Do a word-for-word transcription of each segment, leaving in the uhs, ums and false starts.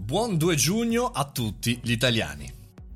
Buon due giugno a tutti gli italiani.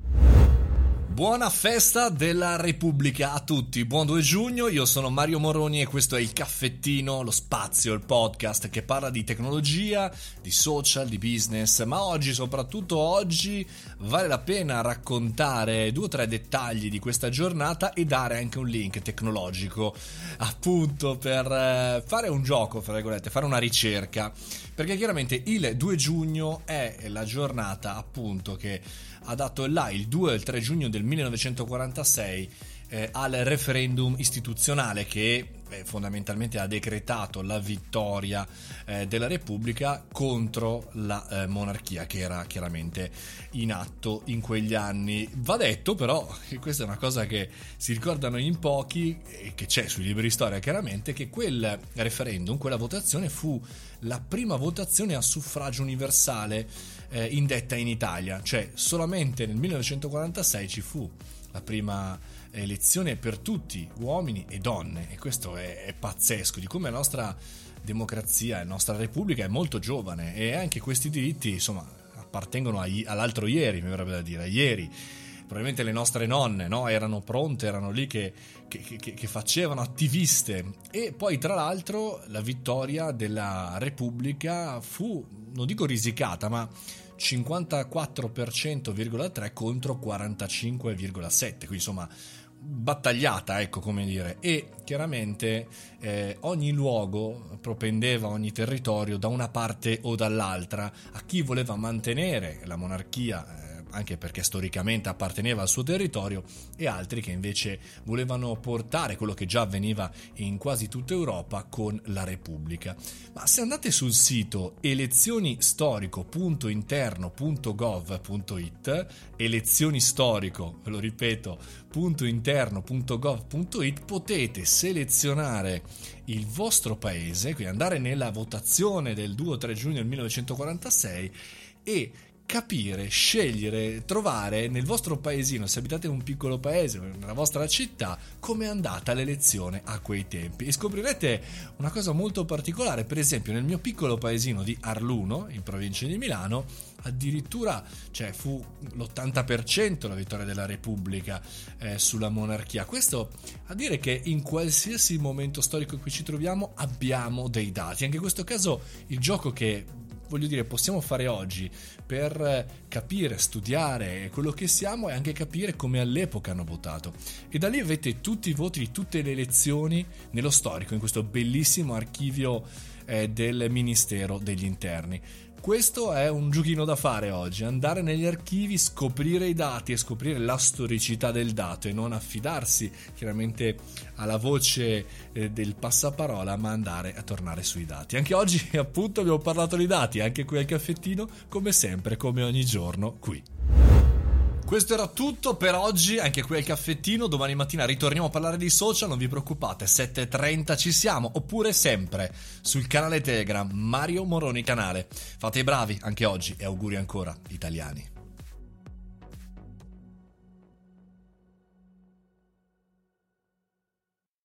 Buona festa della Repubblica a tutti, buon due giugno, io sono Mario Moroni e questo è il Caffettino, lo spazio, il podcast che parla di tecnologia, di social, di business, ma oggi, soprattutto oggi, vale la pena raccontare due o tre dettagli di questa giornata e dare anche un link tecnologico, appunto per fare un gioco, fra virgolette, fare una ricerca, perché chiaramente il due giugno è la giornata appunto che ha dato il là il due e il tre giugno del millenovecentoquarantasei eh, al referendum istituzionale che eh, fondamentalmente ha decretato la vittoria eh, della Repubblica contro la eh, monarchia che era chiaramente in atto in quegli anni. Va detto però, che questa è una cosa che si ricordano in pochi e che c'è sui libri di storia chiaramente, che quel referendum, quella votazione fu la prima votazione a suffragio universale eh, indetta in Italia, cioè solamente nel millenovecentoquarantasei ci fu la prima elezione per tutti, uomini e donne, e questo è, è pazzesco di come la nostra democrazia, la nostra repubblica è molto giovane e anche questi diritti insomma appartengono a, all'altro ieri, mi verrebbe da dire, a ieri. Probabilmente le nostre nonne, no, erano pronte, erano lì che, che, che, che facevano attiviste. E poi tra l'altro la vittoria della Repubblica fu, non dico risicata, ma cinquantaquattro per cento virgola tre contro quarantacinque virgola sette, quindi insomma battagliata, ecco, come dire. E chiaramente eh, ogni luogo propendeva, ogni territorio da una parte o dall'altra, a chi voleva mantenere la monarchia eh, anche perché storicamente apparteneva al suo territorio, e altri che invece volevano portare quello che già avveniva in quasi tutta Europa con la Repubblica. Ma se andate sul sito elezioni-storico punto interno punto gov punto it, elezioni-storico, ve lo ripeto, punto interno punto gov punto it, potete selezionare il vostro paese, quindi andare nella votazione del due o tre giugno del millenovecentoquarantasei e capire, scegliere, trovare nel vostro paesino, se abitate in un piccolo paese, nella vostra città, come è andata l'elezione a quei tempi. E scoprirete una cosa molto particolare. Per esempio nel mio piccolo paesino di Arluno, in provincia di Milano, addirittura cioè, fu l'ottanta per cento la vittoria della Repubblica eh, sulla monarchia. Questo a dire che in qualsiasi momento storico in cui ci troviamo abbiamo dei dati. Anche in questo caso il gioco che voglio dire possiamo fare oggi per capire, studiare quello che siamo e anche capire come all'epoca hanno votato, e da lì avete tutti i voti di tutte le elezioni nello storico in questo bellissimo archivio eh, del Ministero degli Interni. Questo è un giochino da fare oggi, andare negli archivi, scoprire i dati e scoprire la storicità del dato e non affidarsi chiaramente alla voce eh, del passaparola, ma andare a tornare sui dati. Anche oggi appunto abbiamo parlato di dati, anche qui al caffettino, come sempre, come ogni giorno qui. Questo era tutto per oggi, anche qui al caffettino. Domani mattina ritorniamo a parlare di social, non vi preoccupate, sette e trenta ci siamo, oppure sempre sul canale Telegram Mario Moroni Canale. Fate i bravi anche oggi e auguri ancora italiani.